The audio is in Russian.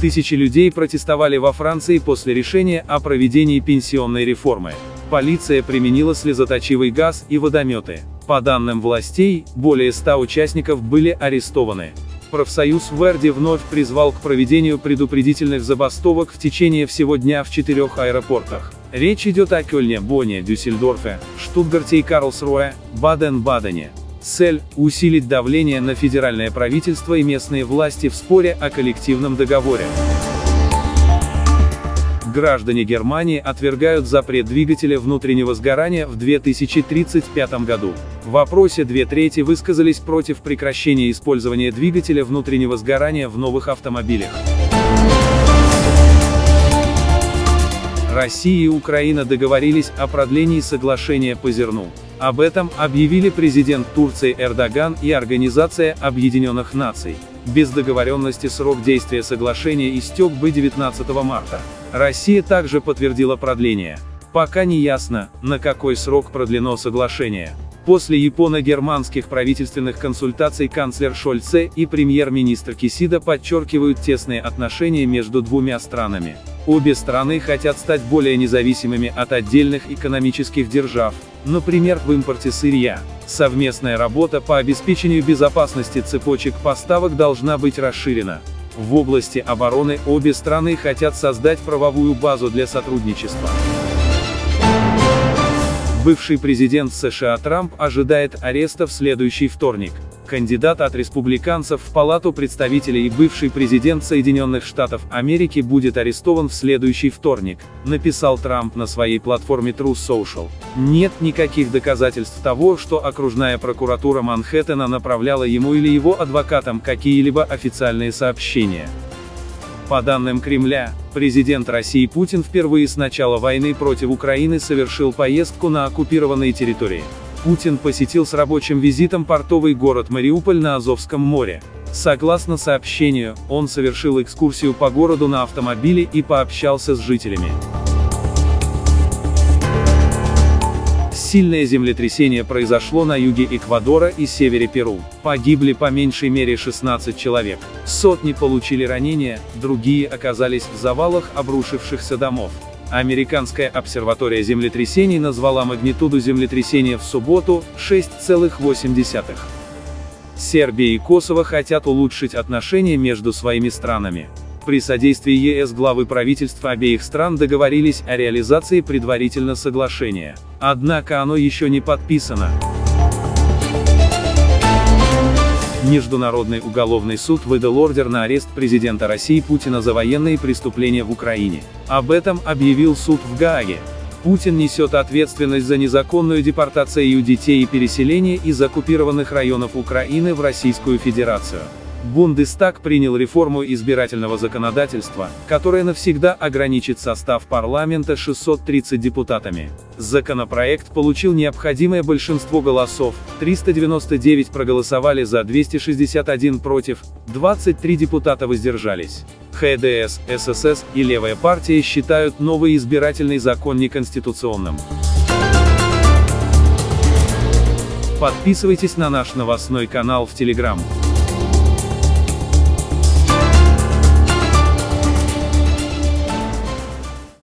Тысячи людей протестовали во Франции после решения о проведении пенсионной реформы. Полиция применила слезоточивый газ и водометы. По данным властей, более 100 участников были арестованы. Профсоюз Верди вновь призвал к проведению предупредительных забастовок в течение всего дня в 4 аэропортах. Речь идет о Кёльне, Бонне, Дюссельдорфе, Штутгарте и Карлсруэ, Баден-Бадене. Цель – усилить давление на федеральное правительство и местные власти в споре о коллективном договоре. Граждане Германии отвергают запрет двигателя внутреннего сгорания в 2035 году. В вопросе 2/3 высказались против прекращения использования двигателя внутреннего сгорания в новых автомобилях. Россия и Украина договорились о продлении соглашения по зерну. Об этом объявили президент Турции Эрдоган и Организация Объединенных Наций. Без договоренности срок действия соглашения истек бы 19 марта. Россия также подтвердила продление. Пока не ясно, на какой срок продлено соглашение. После японо-германских правительственных консультаций канцлер Шольце и премьер-министр Кисида подчеркивают тесные отношения между двумя странами. Обе страны хотят стать более независимыми от отдельных экономических держав, например, в импорте сырья. Совместная работа по обеспечению безопасности цепочек поставок должна быть расширена. В области обороны обе страны хотят создать правовую базу для сотрудничества. Бывший президент США Трамп ожидает ареста в следующий вторник. Кандидат от республиканцев в Палату представителей и бывший президент Соединенных Штатов Америки будет арестован в следующий вторник, написал Трамп на своей платформе Truth Social. Нет никаких доказательств того, что окружная прокуратура Манхэттена направляла ему или его адвокатам какие-либо официальные сообщения. По данным Кремля, президент России Путин впервые с начала войны против Украины совершил поездку на оккупированные территории. Путин посетил с рабочим визитом портовый город Мариуполь на Азовском море. Согласно сообщению, он совершил экскурсию по городу на автомобиле и пообщался с жителями. Сильное землетрясение произошло на юге Эквадора и севере Перу. Погибли по меньшей мере 16 человек. Сотни получили ранения, другие оказались в завалах обрушившихся домов. Американская обсерватория землетрясений назвала магнитуду землетрясения в субботу 6,8. Сербия и Косово хотят улучшить отношения между своими странами. При содействии ЕС главы правительств обеих стран договорились о реализации предварительно соглашения. Однако оно еще не подписано. Международный уголовный суд выдал ордер на арест президента России Путина за военные преступления в Украине. Об этом объявил суд в Гааге. Путин несет ответственность за незаконную депортацию детей и переселение из оккупированных районов Украины в Российскую Федерацию. Бундестаг принял реформу избирательного законодательства, которая навсегда ограничит состав парламента 630 депутатами. Законопроект получил необходимое большинство голосов, 399 проголосовали за, 261 против, 23 депутата воздержались. ХДС, ССС и Левая партия считают новый избирательный закон неконституционным. Подписывайтесь на наш новостной канал в Telegram.